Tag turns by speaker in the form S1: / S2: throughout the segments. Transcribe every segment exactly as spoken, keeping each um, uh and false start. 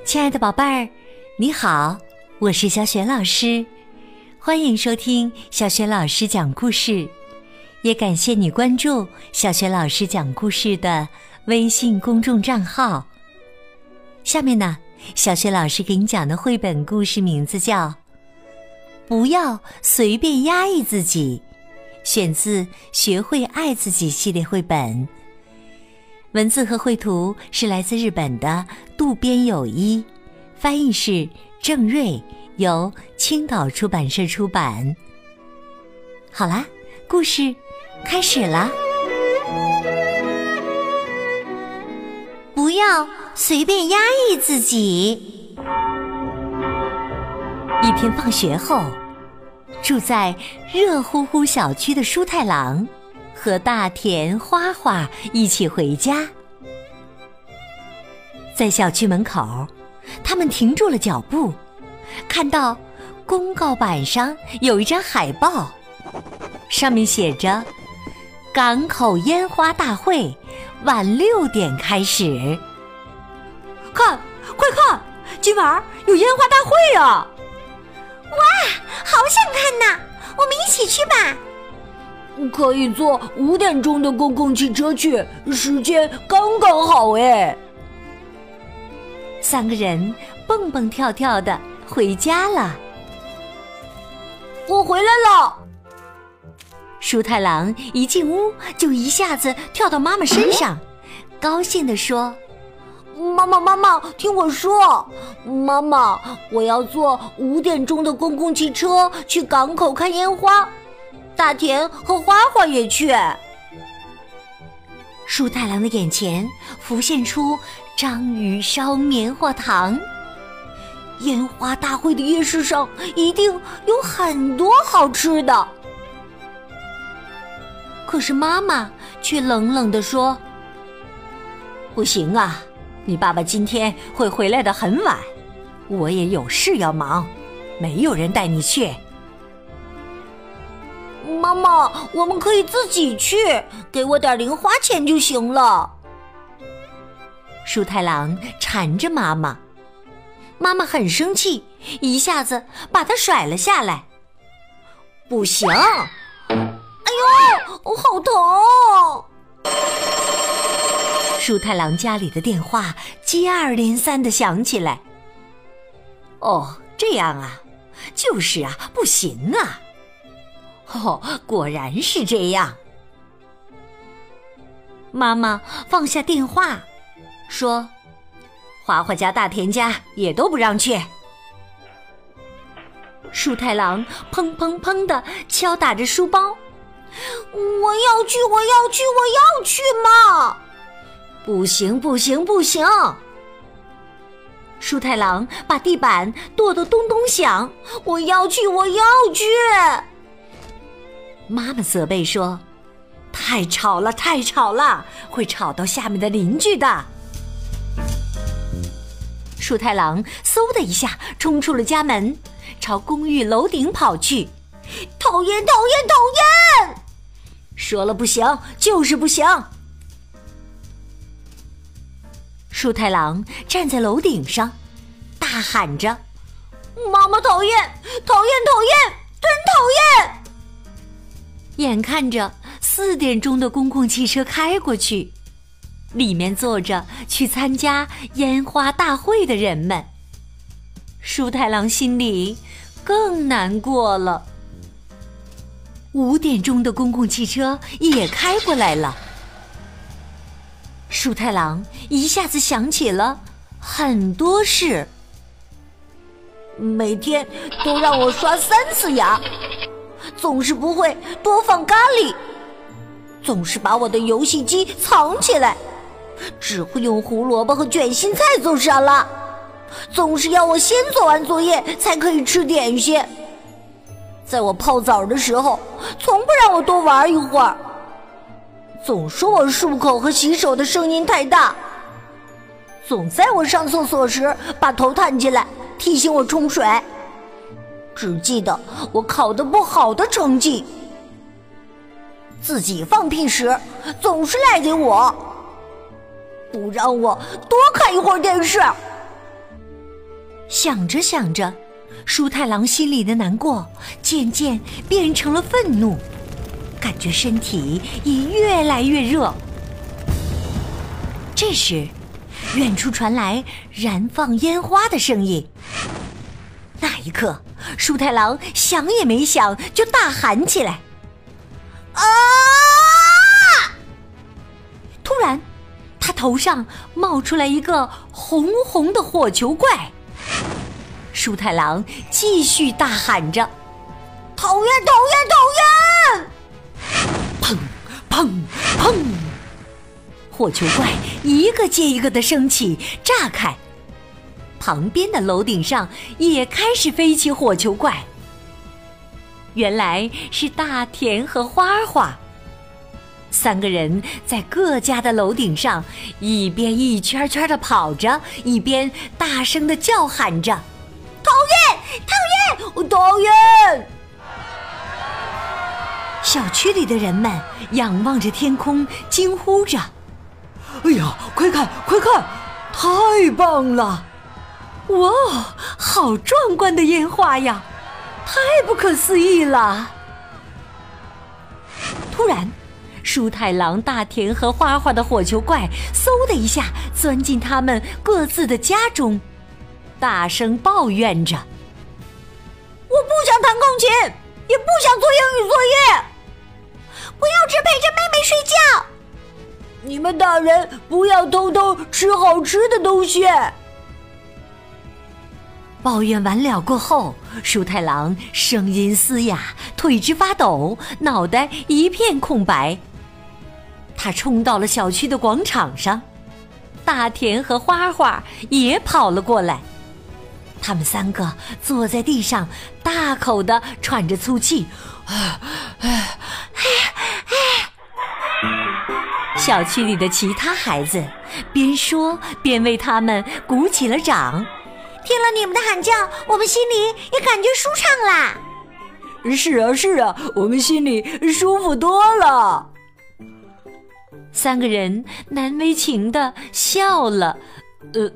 S1: 亲爱的宝贝儿，你好，我是小雪老师，欢迎收听小雪老师讲故事，也感谢你关注小雪老师讲故事的微信公众账号。下面呢，小雪老师给你讲的绘本故事名字叫《不要随便压抑自己》，选自《学会爱自己》系列绘本。文字和绘图是来自日本的渡边有一，翻译是郑瑞，由青岛出版社出版。好啦，故事开始了。不要随便压抑自己。一天放学后，住在热乎乎小区的书太郎和大田花花一起回家。在小区门口，他们停住了脚步，看到公告板上有一张海报，上面写着港口烟花大会晚六点开始。
S2: 看，快看，今晚有烟花大会啊！
S3: 哇，好想看呐，我们一起去吧。
S2: 可以坐五点钟的公共汽车去，时间刚刚好哎。
S1: 三个人蹦蹦跳跳的回家了。
S2: 我回来了！
S1: 书太郎一进屋就一下子跳到妈妈身上，高兴地说：
S2: 妈妈妈妈，听我说，妈妈，我要坐五点钟的公共汽车去港口看烟花，大田和花花也去。
S1: 书太郎的眼前浮现出章鱼烧棉花糖，
S2: 烟花大会的夜市上一定有很多好吃的。
S1: 可是妈妈却冷冷地说：
S2: 不行啊，你爸爸今天会回来的很晚，我也有事要忙，没有人带你去。妈妈，我们可以自己去，给我点零花钱就行了。
S1: 书太郎缠着妈妈，妈妈很生气，一下子把他甩了下来。
S2: 不行！哎呦，好疼！
S1: 书太郎家里的电话接二连三地响起来。
S2: 哦，这样啊，就是啊，不行啊。哦，果然是这样。
S1: 妈妈放下电话，说：
S2: 花花家、大田家也都不让去。
S1: 书太郎砰砰砰地敲打着书包，
S2: 我要去，我要去，我要去嘛！不行，不行，不行！
S1: 书太郎把地板跺得咚咚响，
S2: 我要去，我要去！
S1: 妈妈责备说：太吵了，太吵了，会吵到下面的邻居的。书太郎嗖的一下冲出了家门，朝公寓楼顶跑去。
S2: 讨厌，讨厌，讨厌！说了不行，就是不行。
S1: 书太郎站在楼顶上，大喊着：
S2: 妈妈讨厌，讨厌，讨厌，真讨厌！
S1: 眼看着四点钟的公共汽车开过去，里面坐着去参加烟花大会的人们，书太郎心里更难过了。五点钟的公共汽车也开过来了，书太郎一下子想起了很多事。
S2: 每天都让我刷三次牙，总是不会多放咖喱，总是把我的游戏机藏起来，只会用胡萝卜和卷心菜做沙拉，总是要我先做完作业才可以吃点心。在我泡澡的时候，从不让我多玩一会儿，总说我漱口和洗手的声音太大，总在我上厕所时把头探进来提醒我冲水，只记得我考得不好的成绩，自己放屁时总是赖给我，不让我多看一会儿电视。
S1: 想着想着，舒太郎心里的难过渐渐变成了愤怒，感觉身体也越来越热。这时，远处传来燃放烟花的声音。那一刻，舒太郎想也没想就大喊起来：“
S2: 啊！”
S1: 突然，他头上冒出来一个红红的火球怪。舒太郎继续大喊着：“
S2: 讨厌，讨厌，讨厌！”
S1: 砰砰砰！火球怪一个接一个的升起，炸开。旁边的楼顶上也开始飞起火球怪。原来是大田和花花。三个人在各家的楼顶上，一边一圈圈的跑着，一边大声的叫喊着：“
S2: 讨厌，讨厌，讨厌！”
S1: 小区里的人们仰望着天空，惊呼着：“
S4: 哎呀，快看，快看，太棒了！
S1: 哇，好壮观的烟花呀，太不可思议了！”突然，舒太郎、大田和花花的火球怪嗖的一下钻进他们各自的家中，大声抱怨着：“
S2: 我不想弹钢琴，也不想做英语作业，
S3: 不要只陪着妹妹睡觉。
S2: 你们大人不要偷偷吃好吃的东西。”
S1: 抱怨完了过后，舒太郎声音嘶哑，腿直发抖，脑袋一片空白。他冲到了小区的广场上，大田和花花也跑了过来。他们三个坐在地上，大口地喘着粗气。小区里的其他孩子边说边为他们鼓起了掌。
S3: 听了你们的喊叫，我们心里也感觉舒畅啦。
S4: 是啊，是啊，我们心里舒服多了。
S1: 三个人难为情地笑了。呃，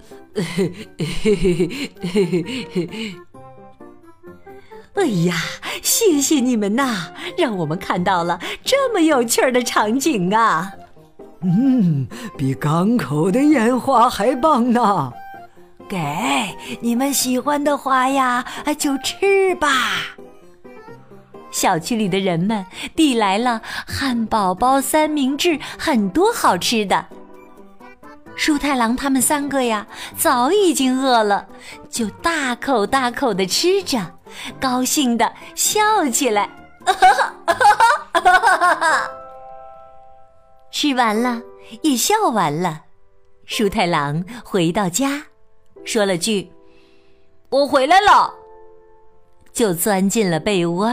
S1: 哎呀，谢谢你们呐，让我们看到了这么有趣的场景啊！
S4: 嗯，比港口的烟花还棒呢。
S1: 给你们喜欢的花呀，就吃吧。小区里的人们递来了汉堡包、三明治，很多好吃的。舒太郎他们三个呀，早已经饿了，就大口大口地吃着，高兴地笑起来。吃完了，也笑完了。舒太郎回到家，说了句：“
S2: 我回来了。”
S1: 就钻进了被窝。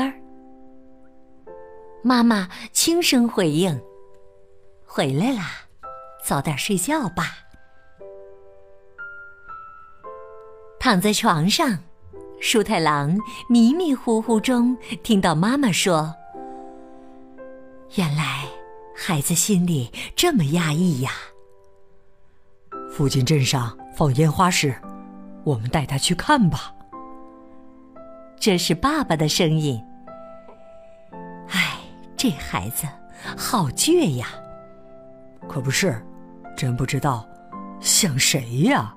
S1: 妈妈轻声回应：“回来啦，早点睡觉吧。”躺在床上，舒太郎迷迷糊糊中听到妈妈说：“原来孩子心里这么压抑呀。”
S4: 附近镇上放烟花时，我们带他去看吧。
S1: 这是爸爸的声音。唉，这孩子好倔呀。
S4: 可不是，真不知道像谁呀。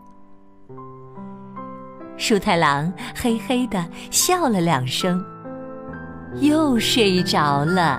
S1: 舒太郎嘿嘿地笑了两声，又睡着了。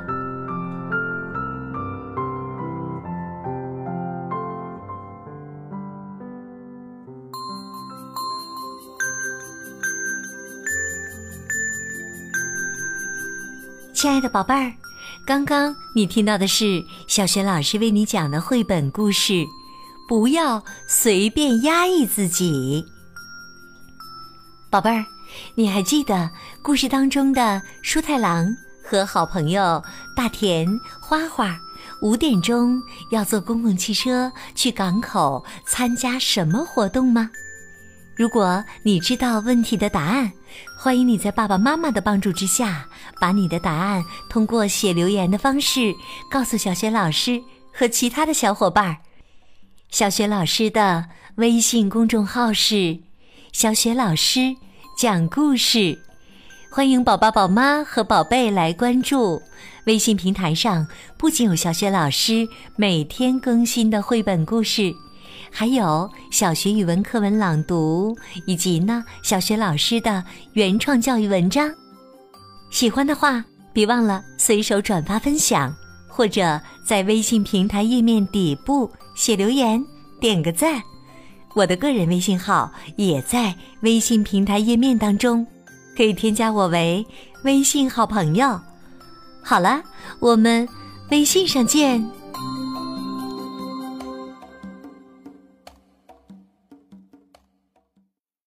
S1: 亲爱的宝贝儿，刚刚你听到的是小雪老师为你讲的绘本故事《不要随便压抑自己》。宝贝儿，你还记得故事当中的舒太郎和好朋友大田、花花五点钟要坐公共汽车去港口参加什么活动吗？如果你知道问题的答案，欢迎你在爸爸妈妈的帮助之下，把你的答案通过写留言的方式告诉小雪老师和其他的小伙伴。小雪老师的微信公众号是小雪老师讲故事。欢迎宝宝宝妈和宝贝来关注。微信平台上不仅有小雪老师每天更新的绘本故事，还有小学语文课文朗读，以及呢小雪老师的原创教育文章。喜欢的话别忘了随手转发分享，或者在微信平台页面底部写留言点个赞。我的个人微信号也在微信平台页面当中，可以添加我为微信好朋友。好了，我们微信上见。